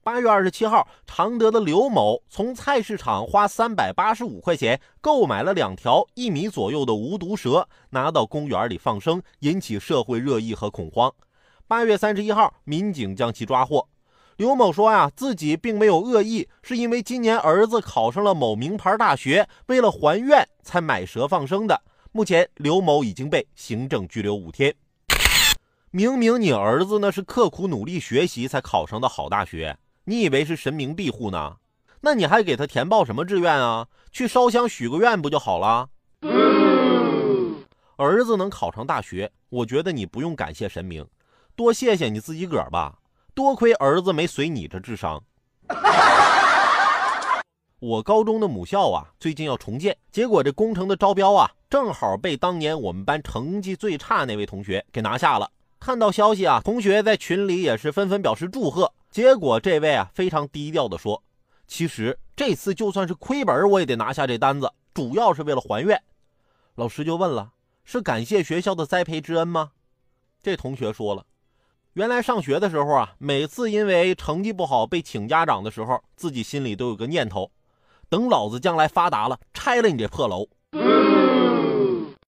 8月27号，常德的刘某从菜市场花385块钱购买了2条1米左右的无毒蛇，拿到公园里放生，引起社会热议和恐慌。8月31号，民警将其抓获。刘某说自己并没有恶意，是因为今年儿子考上了某名牌大学，为了还愿才买蛇放生的。目前刘某已经被行政拘留5天。明明你儿子那是刻苦努力学习才考上的好大学，你以为是神明庇护呢？那你还给他填报什么志愿啊？去烧香许个愿不就好了？儿子能考上大学，我觉得你不用感谢神明，多谢谢你自己个儿吧。多亏儿子没随你这智商。我高中的母校最近要重建，结果这工程的招标正好被当年我们班成绩最差那位同学给拿下了。看到消息同学在群里也是纷纷表示祝贺。结果这位非常低调的说，其实这次就算是亏本我也得拿下这单子，主要是为了还愿。老师就问了，是感谢学校的栽培之恩吗？这同学说了，原来上学的时候每次因为成绩不好被请家长的时候，自己心里都有个念头，等老子将来发达了，拆了你这破楼。